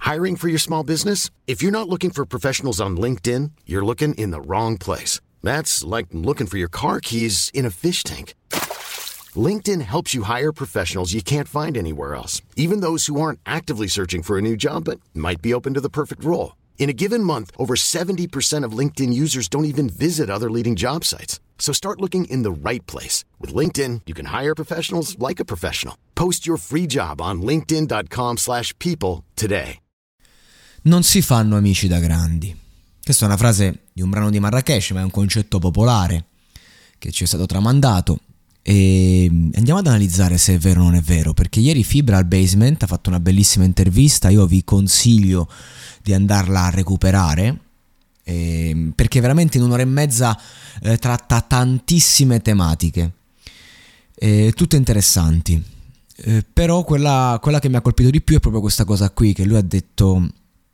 Hiring for your small business? If you're not looking for professionals on LinkedIn, you're looking in the wrong place. That's like looking for your car keys in a fish tank. LinkedIn helps you hire professionals you can't find anywhere else, even those who aren't actively searching for a new job but might be open to the perfect role. In a given month, over 70% of LinkedIn users don't even visit other leading job sites. So start looking in the right place. With LinkedIn, you can hire professionals like a professional. Post your free job on linkedin.com/people today. Non si fanno amici da grandi. Questa è una frase di un brano di Marrakesh, ma è un concetto popolare che ci è stato tramandato. E andiamo ad analizzare se è vero o non è vero, perché ieri Fibra al Basement ha fatto una bellissima intervista. Io vi consiglio di andarla a recuperare, perché veramente in un'ora e mezza tratta tantissime tematiche, tutte interessanti, però quella che mi ha colpito di più è proprio questa cosa qui, che lui ha detto: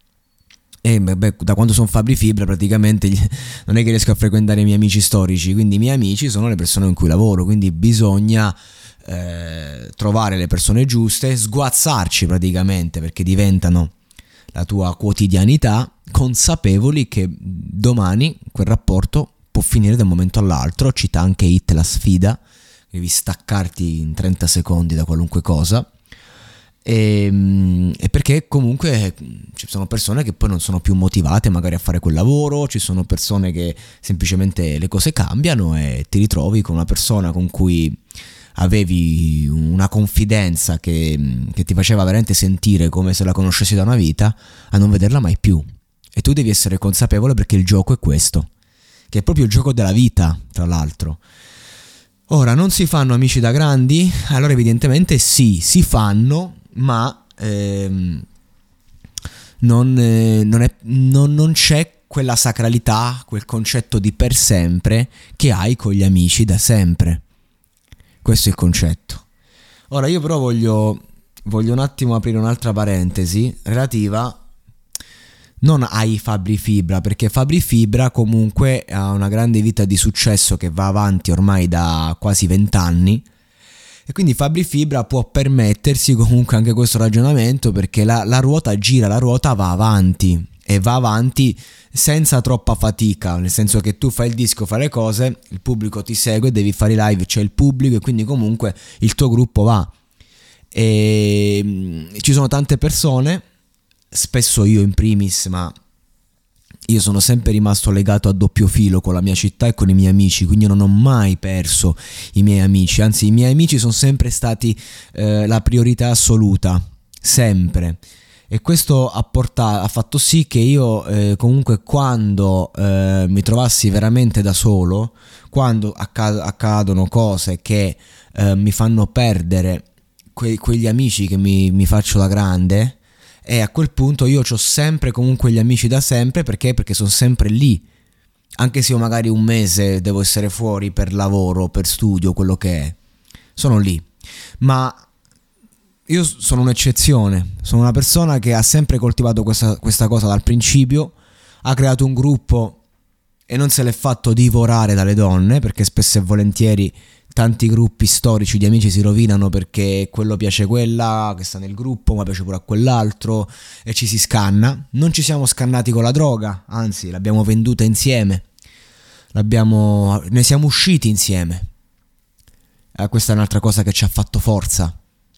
da quando sono Fabri Fibra praticamente non è che riesco a frequentare i miei amici storici, quindi i miei amici sono le persone con cui lavoro, quindi bisogna trovare le persone giuste, sguazzarci praticamente, perché diventano la tua quotidianità, consapevoli che domani quel rapporto può finire da un momento all'altro. Cita anche Hit La Sfida, devi staccarti in 30 secondi da qualunque cosa. E perché comunque ci sono persone che poi non sono più motivate magari a fare quel lavoro, ci sono persone che semplicemente le cose cambiano e ti ritrovi con una persona con cui avevi una confidenza che ti faceva veramente sentire come se la conoscessi da una vita, a non vederla mai più. E tu devi essere consapevole, perché il gioco è questo, che è proprio il gioco della vita, tra l'altro. Ora, non si fanno amici da grandi? Allora evidentemente sì, si fanno, ma non c'è quella sacralità, quel concetto di per sempre che hai con gli amici da sempre. Questo è il concetto. Ora io però voglio un attimo aprire un'altra parentesi relativa non ai Fabri Fibra, perché Fabri Fibra comunque ha una grande vita di successo che va avanti ormai da quasi 20 anni, e quindi Fabri Fibra può permettersi comunque anche questo ragionamento, perché la ruota gira, la ruota va avanti, e va avanti senza troppa fatica, nel senso che tu fai il disco, fai le cose, il pubblico ti segue, devi fare i live, c'è il pubblico, e quindi comunque il tuo gruppo va. E ci sono tante persone, spesso io in primis, ma io sono sempre rimasto legato a doppio filo con la mia città e con i miei amici, quindi non ho mai perso i miei amici, anzi i miei amici sono sempre stati la priorità assoluta, sempre. E questo ha fatto sì che io comunque quando mi trovassi veramente da solo, quando accadono cose che mi fanno perdere quegli amici che mi faccio da grande, e a quel punto io ho sempre comunque gli amici da sempre, perché sono sempre lì, anche se io magari un mese devo essere fuori per lavoro, per studio, quello che è, sono lì. Ma io sono un'eccezione, sono una persona che ha sempre coltivato questa cosa dal principio, ha creato un gruppo e non se l'è fatto divorare dalle donne, perché spesso e volentieri tanti gruppi storici di amici si rovinano perché quello piace quella che sta nel gruppo, ma piace pure a quell'altro, e ci si scanna. Non ci siamo scannati con la droga, anzi l'abbiamo venduta insieme, ne siamo usciti insieme. Questa è un'altra cosa che ci ha fatto forza.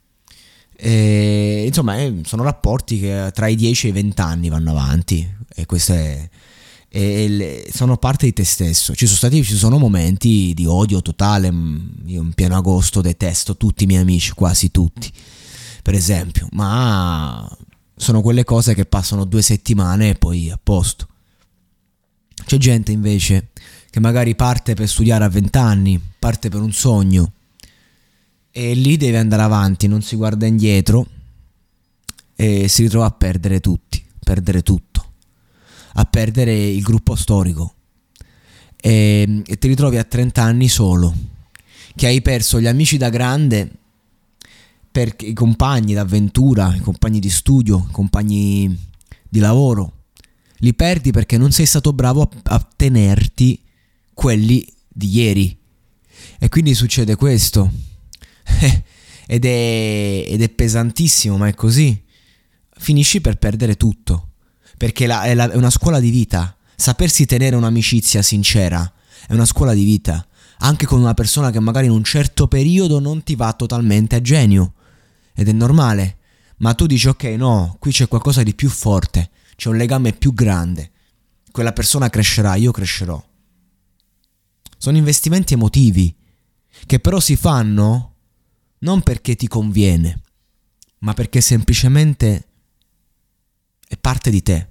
E, insomma, sono rapporti che tra i 10 e i 20 anni vanno avanti, e questo sono parte di te stesso. Ci sono momenti di odio totale. Io in pieno agosto detesto tutti i miei amici, quasi tutti, per esempio, ma sono quelle cose che passano 2 settimane e poi a posto. C'è gente invece che magari parte per studiare a 20 anni, parte per un sogno, e lì deve andare avanti, non si guarda indietro, e si ritrova a perdere tutto, a perdere il gruppo storico, e ti ritrovi a 30 anni solo, che hai perso gli amici da grande, perché i compagni d'avventura, i compagni di studio, i compagni di lavoro, li perdi perché non sei stato bravo a tenerti quelli di ieri, e quindi succede questo. Ed è pesantissimo, ma è così. finisci per perdere tutto, perché è una scuola di vita. Sapersi tenere un'amicizia sincera è una scuola di vita, anche con una persona che magari in un certo periodo non ti va totalmente a genio, ed è normale, ma tu dici ok, no, qui c'è qualcosa di più forte, c'è un legame più grande, quella persona crescerà, io crescerò. Sono investimenti emotivi che però si fanno non perché ti conviene, ma perché semplicemente è parte di te.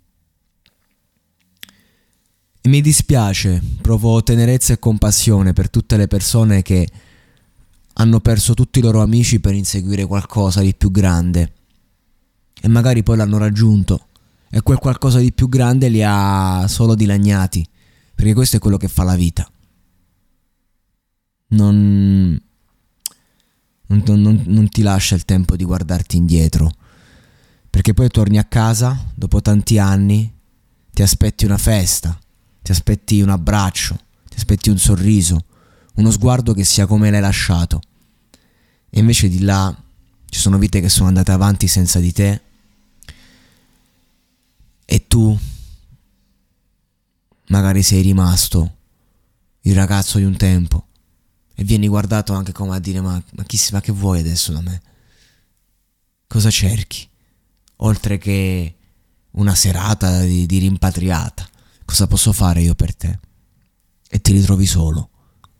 E mi dispiace, provo tenerezza e compassione per tutte le persone che hanno perso tutti i loro amici per inseguire qualcosa di più grande e magari poi l'hanno raggiunto e quel qualcosa di più grande li ha solo dilaniati, perché questo è quello che fa la vita. Non ti lascia il tempo di guardarti indietro, perché poi torni a casa dopo tanti anni, ti aspetti una festa, ti aspetti un abbraccio, ti aspetti un sorriso, uno sguardo che sia come l'hai lasciato, e invece di là ci sono vite che sono andate avanti senza di te e tu magari sei rimasto il ragazzo di un tempo e vieni guardato anche come a dire ma che vuoi adesso da me? Cosa cerchi? Oltre che una serata di rimpatriata, cosa posso fare io per te? E ti ritrovi solo.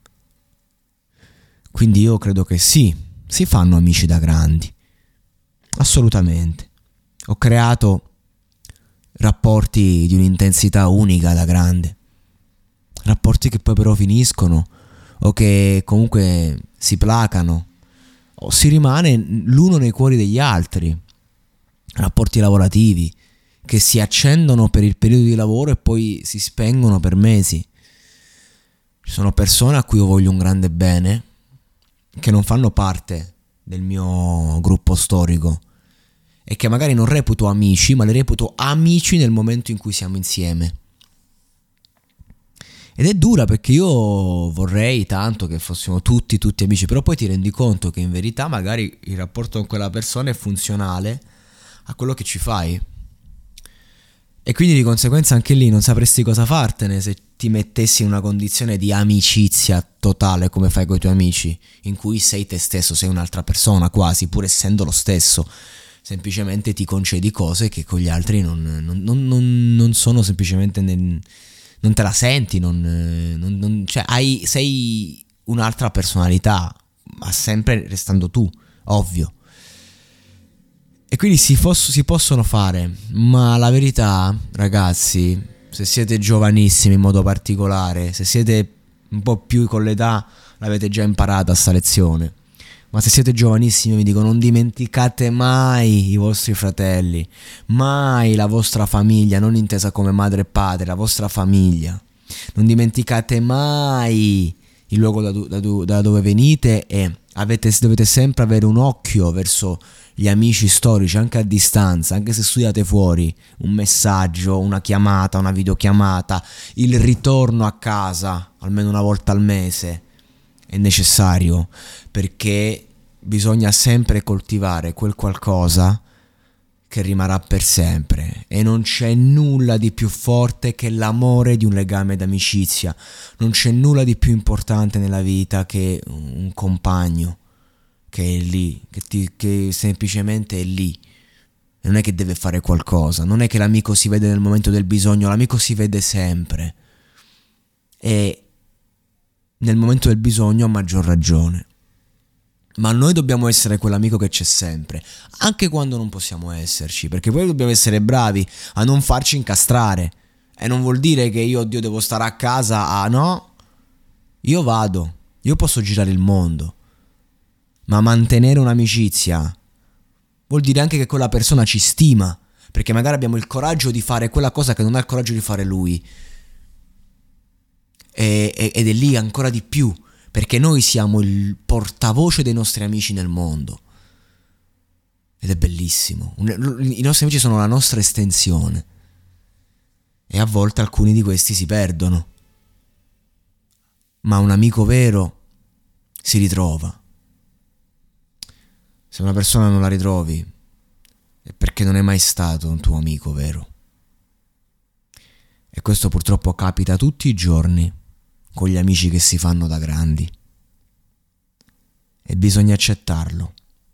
Quindi io credo che sì, si fanno amici da grandi, assolutamente. Ho creato rapporti di un'intensità unica da grande, rapporti che poi però finiscono o che comunque si placano o si rimane l'uno nei cuori degli altri, rapporti lavorativi che si accendono per il periodo di lavoro e poi si spengono per mesi. Ci sono persone a cui io voglio un grande bene che non fanno parte del mio gruppo storico e che magari non reputo amici, ma li reputo amici nel momento in cui siamo insieme. Ed è dura, perché io vorrei tanto che fossimo tutti amici, però poi ti rendi conto che in verità magari il rapporto con quella persona è funzionale a quello che ci fai. E quindi di conseguenza anche lì non sapresti cosa fartene se ti mettessi in una condizione di amicizia totale come fai con i tuoi amici, in cui sei te stesso, sei un'altra persona quasi, pur essendo lo stesso. Semplicemente ti concedi cose che con gli altri non sono, semplicemente non te la senti, cioè sei un'altra personalità, ma sempre restando tu, ovvio. E quindi si possono fare, ma la verità, ragazzi, se siete giovanissimi in modo particolare, se siete un po' più con l'età, l'avete già imparata sta lezione. Ma se siete giovanissimi, vi dico, non dimenticate mai i vostri fratelli, mai la vostra famiglia, non intesa come madre e padre, la vostra famiglia. Non dimenticate mai il luogo da dove venite e dovete sempre avere un occhio verso gli amici storici, anche a distanza, anche se studiate fuori. Un messaggio, una chiamata, una videochiamata, il ritorno a casa almeno una volta al mese è necessario, perché bisogna sempre coltivare quel qualcosa che rimarrà per sempre, e non c'è nulla di più forte che l'amore di un legame d'amicizia. Non c'è nulla di più importante nella vita che un compagno che è lì, che semplicemente è lì. Non è che deve fare qualcosa, non è che l'amico si vede nel momento del bisogno, l'amico si vede sempre, e nel momento del bisogno a maggior ragione. Ma noi dobbiamo essere quell'amico che c'è sempre, anche quando non possiamo esserci, perché poi dobbiamo essere bravi a non farci incastrare. E non vuol dire che io, oddio, devo stare a casa, no, io vado, io posso girare il mondo, ma mantenere un'amicizia vuol dire anche che quella persona ci stima, perché magari abbiamo il coraggio di fare quella cosa che non ha il coraggio di fare lui, ed è lì ancora di più, perché noi siamo il portavoce dei nostri amici nel mondo, ed è bellissimo. I nostri amici sono la nostra estensione, e a volte alcuni di questi si perdono, ma un amico vero si ritrova. Se una persona non la ritrovi, è perché non è mai stato un tuo amico vero. E questo purtroppo capita tutti i giorni con gli amici che si fanno da grandi. E bisogna accettarlo.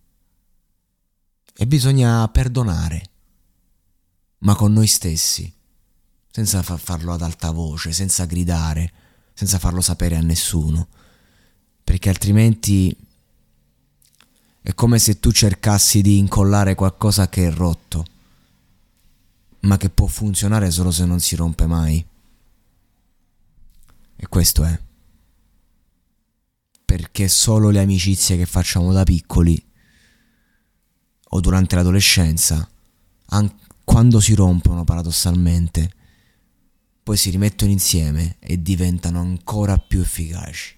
E bisogna perdonare, ma con noi stessi, senza farlo ad alta voce, senza gridare, senza farlo sapere a nessuno, perché altrimenti è come se tu cercassi di incollare qualcosa che è rotto, ma che può funzionare solo se non si rompe mai. E questo è. Perché solo le amicizie che facciamo da piccoli o durante l'adolescenza, quando si rompono paradossalmente, poi si rimettono insieme e diventano ancora più efficaci.